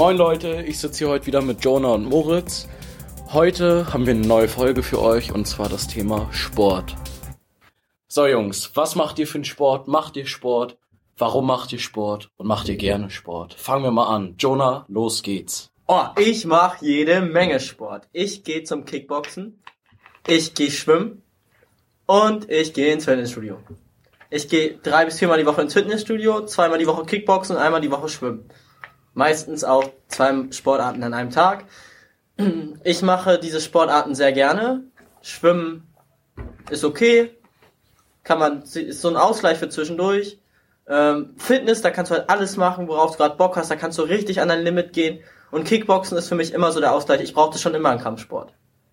Moin Leute, ich sitze hier heute wieder mit Jonah und Moritz. Heute haben wir eine neue Folge für euch und zwar das Thema Sport. So Jungs, was macht ihr für einen Sport? Macht ihr Sport? Warum macht ihr Sport? Und macht ihr gerne Sport? Fangen wir mal an. Jonah, los geht's. Ich mache jede Menge Sport. Ich gehe zum Kickboxen, ich gehe schwimmen und ich gehe ins Fitnessstudio. Ich gehe 3 bis 4 Mal die Woche ins Fitnessstudio, 2-mal die Woche Kickboxen und 1-mal die Woche schwimmen. Meistens auch 2 Sportarten an einem Tag. Ich mache diese Sportarten sehr gerne. Schwimmen ist okay. Ist so ein Ausgleich für zwischendurch. Fitness, da kannst du halt alles machen, worauf du gerade Bock hast. Da kannst du richtig an dein Limit gehen. Und Kickboxen ist für mich immer so der Ausgleich. Ich brauchte schon immer einen Kampfsport.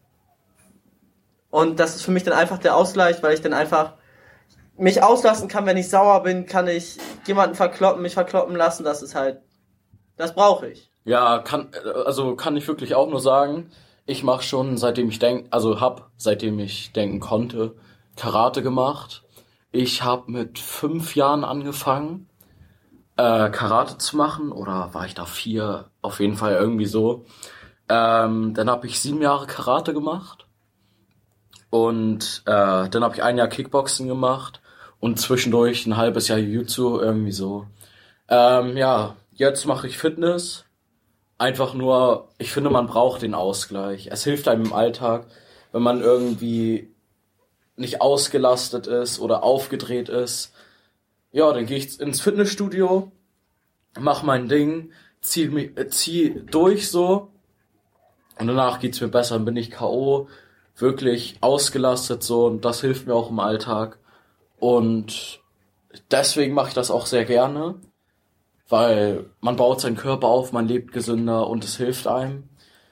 Und das ist für mich dann einfach der Ausgleich, weil ich dann einfach mich auslassen kann, wenn ich sauer bin, kann ich jemanden mich verkloppen lassen. Das brauche ich. Ja, kann ich wirklich auch nur sagen, ich mache schon seitdem ich denken konnte, Karate gemacht. Ich habe mit 5 Jahren angefangen, Karate zu machen, oder war ich da 4? Auf jeden Fall irgendwie so. Dann habe ich 7 Jahre Karate gemacht und dann habe ich 1 Jahr Kickboxen gemacht und zwischendurch ein halbes Jahr Jiu-Jitsu, irgendwie so. Jetzt mache ich Fitness. Einfach nur, ich finde, man braucht den Ausgleich. Es hilft einem im Alltag, wenn man irgendwie nicht ausgelastet ist oder aufgedreht ist. Ja, dann gehe ich ins Fitnessstudio, mach mein Ding, zieh durch so und danach geht's mir besser, dann bin ich K.O., wirklich ausgelastet so, und das hilft mir auch im Alltag. Und deswegen mache ich das auch sehr gerne, weil man baut seinen Körper auf, man lebt gesünder und es hilft einem.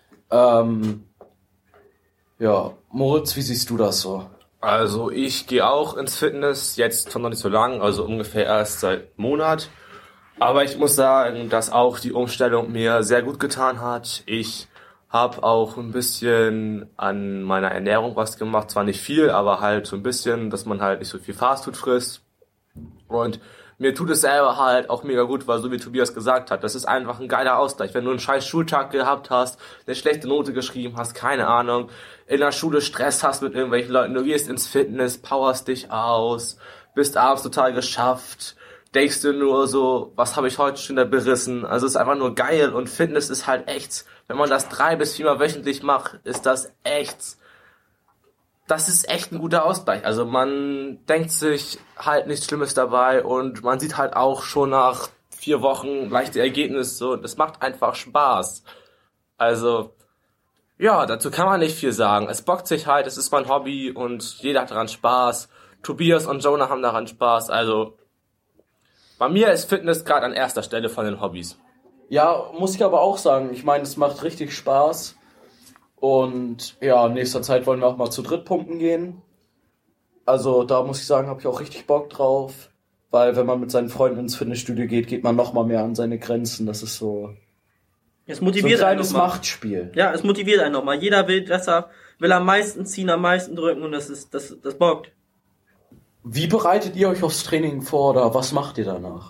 Moritz, wie siehst du das so? Also ich gehe auch ins Fitness, jetzt zwar noch nicht so lang, also ungefähr erst seit einem Monat. Aber ich muss sagen, dass auch die Umstellung mir sehr gut getan hat. Ich habe auch ein bisschen an meiner Ernährung was gemacht, zwar nicht viel, aber halt so ein bisschen, dass man halt nicht so viel Fastfood frisst. Und mir tut es selber halt auch mega gut, weil so wie Tobias gesagt hat, das ist einfach ein geiler Ausgleich. Wenn du einen scheiß Schultag gehabt hast, eine schlechte Note geschrieben hast, keine Ahnung, in der Schule Stress hast mit irgendwelchen Leuten, du gehst ins Fitness, powerst dich aus, bist abends total geschafft, denkst du nur so, was habe ich heute schon da berissen? Also es ist einfach nur geil, und Fitness ist halt echt, wenn man das 3 bis 4 Mal wöchentlich macht, ist das ist echt ein guter Ausgleich. Also man denkt sich halt nichts Schlimmes dabei und man sieht halt auch schon nach 4 Wochen leichte Ergebnisse so. Das macht einfach Spaß. Also, ja, dazu kann man nicht viel sagen. Es bockt sich halt, es ist mein Hobby und jeder hat daran Spaß. Tobias und Jonah haben daran Spaß. Also, bei mir ist Fitness gerade an erster Stelle von den Hobbys. Ja, muss ich aber auch sagen. Ich meine, es macht richtig Spaß. Und ja, in nächster Zeit wollen wir auch mal zu dritt pumpen gehen. Also da muss ich sagen, habe ich auch richtig Bock drauf. Weil wenn man mit seinen Freunden ins Fitnessstudio geht man noch mal mehr an seine Grenzen. Das ist so, Es motiviert so ein kleines einen noch mal. Machtspiel. Ja, es motiviert einen nochmal. Jeder will am meisten ziehen, am meisten drücken, und das bockt. Wie bereitet ihr euch aufs Training vor oder was macht ihr danach?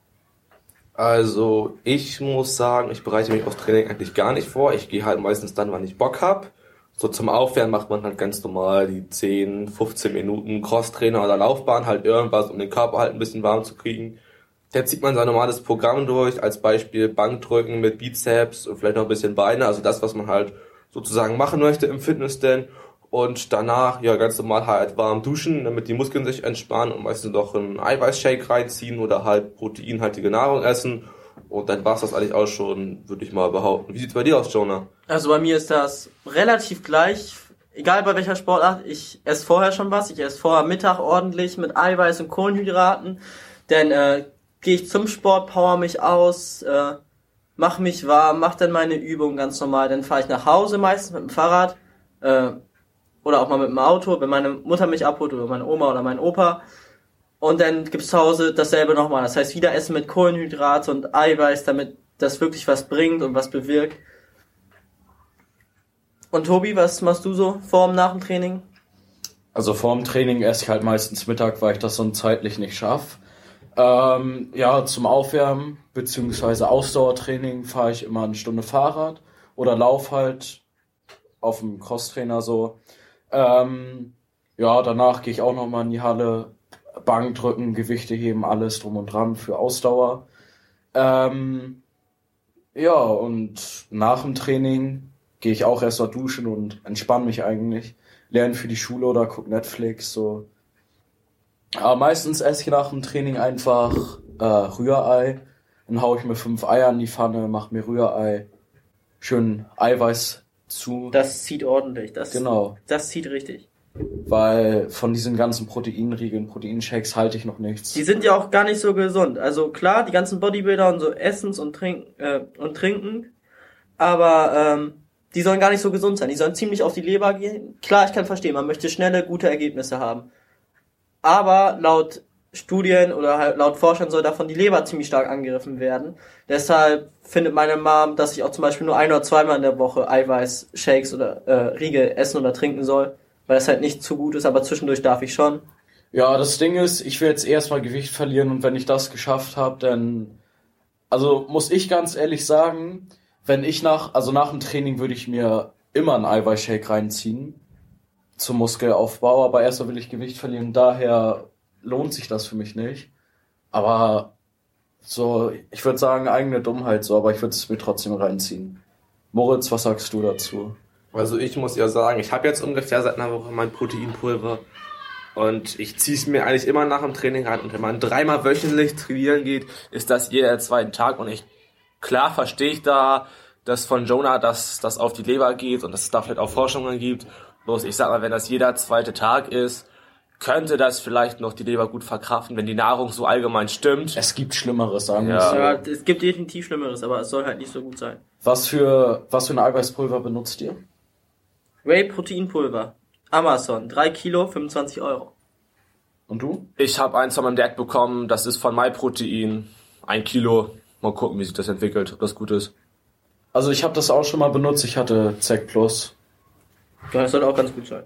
Also ich muss sagen, ich bereite mich aufs Training eigentlich gar nicht vor. Ich gehe halt meistens dann, wann ich Bock hab. So zum Aufwärmen macht man halt ganz normal die 10, 15 Minuten Crosstrainer oder Laufbahn, halt irgendwas, um den Körper halt ein bisschen warm zu kriegen. Dann zieht man sein normales Programm durch, als Beispiel Bankdrücken mit Bizeps und vielleicht noch ein bisschen Beine, also das, was man halt sozusagen machen möchte im Fitness denn. Und danach, ja, ganz normal halt warm duschen, damit die Muskeln sich entspannen, und meistens noch einen Eiweißshake reinziehen oder halt proteinhaltige Nahrung essen. Und dann war's das eigentlich auch schon, würde ich mal behaupten. Wie sieht's bei dir aus, Jonah? Also bei mir ist das relativ gleich, egal bei welcher Sportart. Ich esse vorher schon was. Ich esse vorher Mittag ordentlich mit Eiweiß und Kohlenhydraten. Dann gehe ich zum Sport, power mich aus, mach mich warm, mach dann meine Übungen ganz normal. Dann fahre ich nach Hause, meistens mit dem Fahrrad. Oder auch mal mit dem Auto, wenn meine Mutter mich abholt oder meine Oma oder mein Opa. Und dann gibt's zu Hause dasselbe nochmal. Das heißt, wieder Essen mit Kohlenhydrate und Eiweiß, damit das wirklich was bringt und was bewirkt. Und Tobi, was machst du so vor und nach dem Training? Also vor dem Training esse ich halt meistens Mittag, weil ich das so zeitlich nicht schaffe. Ja, zum Aufwärmen bzw. Ausdauertraining fahre ich immer 1 Stunde Fahrrad oder lauf halt auf dem Crosstrainer so. Ja, danach gehe ich auch nochmal in die Halle, Bank drücken, Gewichte heben, alles drum und dran für Ausdauer. Ja, und nach dem Training gehe ich auch erst mal duschen und entspanne mich eigentlich. Lerne für die Schule oder guck Netflix, so. Aber meistens esse ich nach dem Training einfach Rührei. Dann hau ich mir 5 Eier in die Pfanne, mach mir Rührei, schön Eiweiß zu. Das zieht ordentlich. Genau. Das zieht richtig. Weil von diesen ganzen Proteinriegeln, Proteinshakes halte ich noch nichts. Die sind ja auch gar nicht so gesund. Also klar, die ganzen Bodybuilder und so essens und trinken, aber die sollen gar nicht so gesund sein. Die sollen ziemlich auf die Leber gehen. Klar, ich kann verstehen, man möchte schnelle, gute Ergebnisse haben. Aber laut Studien oder halt laut Forschern soll davon die Leber ziemlich stark angegriffen werden. Deshalb findet meine Mom, dass ich auch zum Beispiel nur 1 oder 2 Mal in der Woche Eiweiß-Shakes oder Riegel essen oder trinken soll, weil das halt nicht zu gut ist, aber zwischendurch darf ich schon. Ja, das Ding ist, ich will jetzt erstmal Gewicht verlieren und wenn ich das geschafft habe, dann, also muss ich ganz ehrlich sagen, wenn ich nach dem Training würde ich mir immer einen Eiweißshake reinziehen zum Muskelaufbau, aber erstmal will ich Gewicht verlieren, daher lohnt sich das für mich nicht. Aber so, ich würde sagen, eigene Dummheit so, aber ich würde es mir trotzdem reinziehen. Moritz, was sagst du dazu? Also ich muss ja sagen, ich habe jetzt ungefähr seit einer Woche mein Proteinpulver und ich ziehe es mir eigentlich immer nach dem Training rein. Und wenn man 3-mal wöchentlich trainieren geht, ist das jeder zweiten Tag. Und klar verstehe ich da das von Jonah, dass das auf die Leber geht und dass es da vielleicht auch Forschungen gibt. Bloß ich sag mal, wenn das jeder zweite Tag ist, könnte das vielleicht noch die Leber gut verkraften, wenn die Nahrung so allgemein stimmt. Es gibt Schlimmeres, sagen wir Ja. so. Ja, es gibt definitiv Schlimmeres, aber es soll halt nicht so gut sein. Was für ein Eiweißpulver benutzt ihr? Whey-Proteinpulver. Amazon. 3 Kilo, 25 Euro. Und du? Ich habe eins von meinem Dad bekommen, das ist von MyProtein, 1 Kilo. Mal gucken, wie sich das entwickelt, ob das gut ist. Also ich habe das auch schon mal benutzt, ich hatte ZEC Plus. Ja, das soll auch ganz gut sein.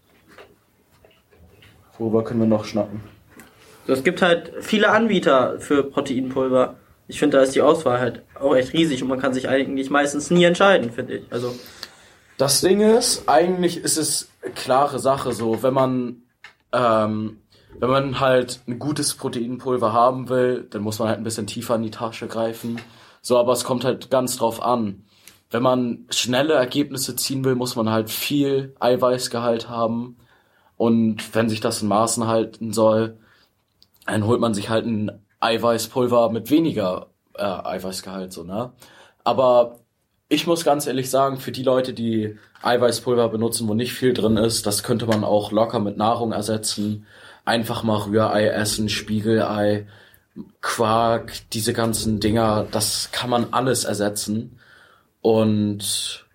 Worüber können wir noch schnacken? Es gibt halt viele Anbieter für Proteinpulver. Ich finde, da ist die Auswahl halt auch echt riesig und man kann sich eigentlich meistens nie entscheiden, finde ich. Also Das Ding ist, eigentlich ist es eine klare Sache so, wenn man halt ein gutes Proteinpulver haben will, dann muss man halt ein bisschen tiefer in die Tasche greifen. So, aber es kommt halt ganz drauf an. Wenn man schnelle Ergebnisse ziehen will, muss man halt viel Eiweißgehalt haben. Und wenn sich das in Maßen halten soll, dann holt man sich halt ein Eiweißpulver mit weniger Eiweißgehalt, so, ne? Aber ich muss ganz ehrlich sagen, für die Leute, die Eiweißpulver benutzen, wo nicht viel drin ist, das könnte man auch locker mit Nahrung ersetzen. Einfach mal Rührei essen, Spiegelei, Quark, diese ganzen Dinger, das kann man alles ersetzen. Und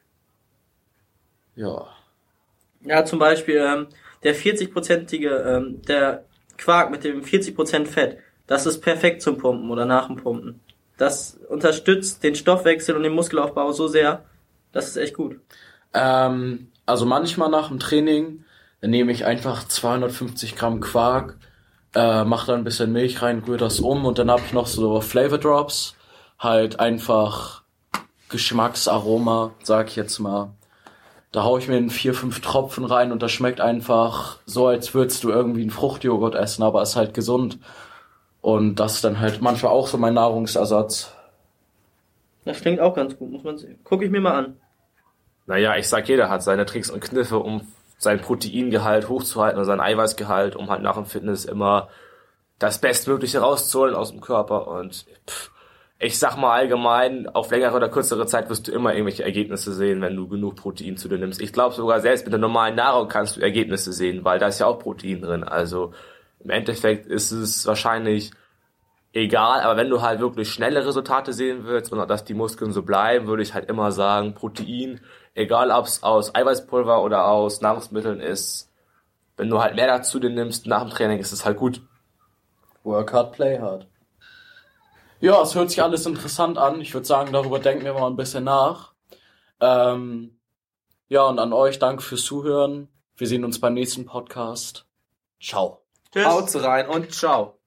ja. ja, zum Beispiel der 40-prozentige, der Quark mit dem 40% Fett, das ist perfekt zum Pumpen oder nach dem Pumpen. Das unterstützt den Stoffwechsel und den Muskelaufbau so sehr, das ist echt gut. Also manchmal nach dem Training nehme ich einfach 250 Gramm Quark, mache da ein bisschen Milch rein, rühre das um und dann habe ich noch so Flavor Drops, halt einfach Geschmacksaroma, sag ich jetzt mal. Da hau ich mir in 4-5 Tropfen rein und das schmeckt einfach so, als würdest du irgendwie einen Fruchtjoghurt essen, aber ist halt gesund. Und das ist dann halt manchmal auch so mein Nahrungsersatz. Das klingt auch ganz gut, muss man sehen. Guck ich mir mal an. Naja, ich sag, jeder hat seine Tricks und Kniffe, um sein Proteingehalt hochzuhalten oder sein Eiweißgehalt, um halt nach dem Fitness immer das Bestmögliche rauszuholen aus dem Körper. Und ich sag mal allgemein, auf längere oder kürzere Zeit wirst du immer irgendwelche Ergebnisse sehen, wenn du genug Protein zu dir nimmst. Ich glaube sogar, selbst mit der normalen Nahrung kannst du Ergebnisse sehen, weil da ist ja auch Protein drin. Also im Endeffekt ist es wahrscheinlich egal, aber wenn du halt wirklich schnelle Resultate sehen willst und dass die Muskeln so bleiben, würde ich halt immer sagen, Protein, egal ob es aus Eiweißpulver oder aus Nahrungsmitteln ist, wenn du halt mehr dazu dir nimmst nach dem Training, ist es halt gut. Work hard, play hard. Ja, es hört sich alles interessant an. Ich würde sagen, darüber denken wir mal ein bisschen nach. Ja, und an euch danke fürs Zuhören. Wir sehen uns beim nächsten Podcast. Ciao. Tschüss. Haut rein und ciao.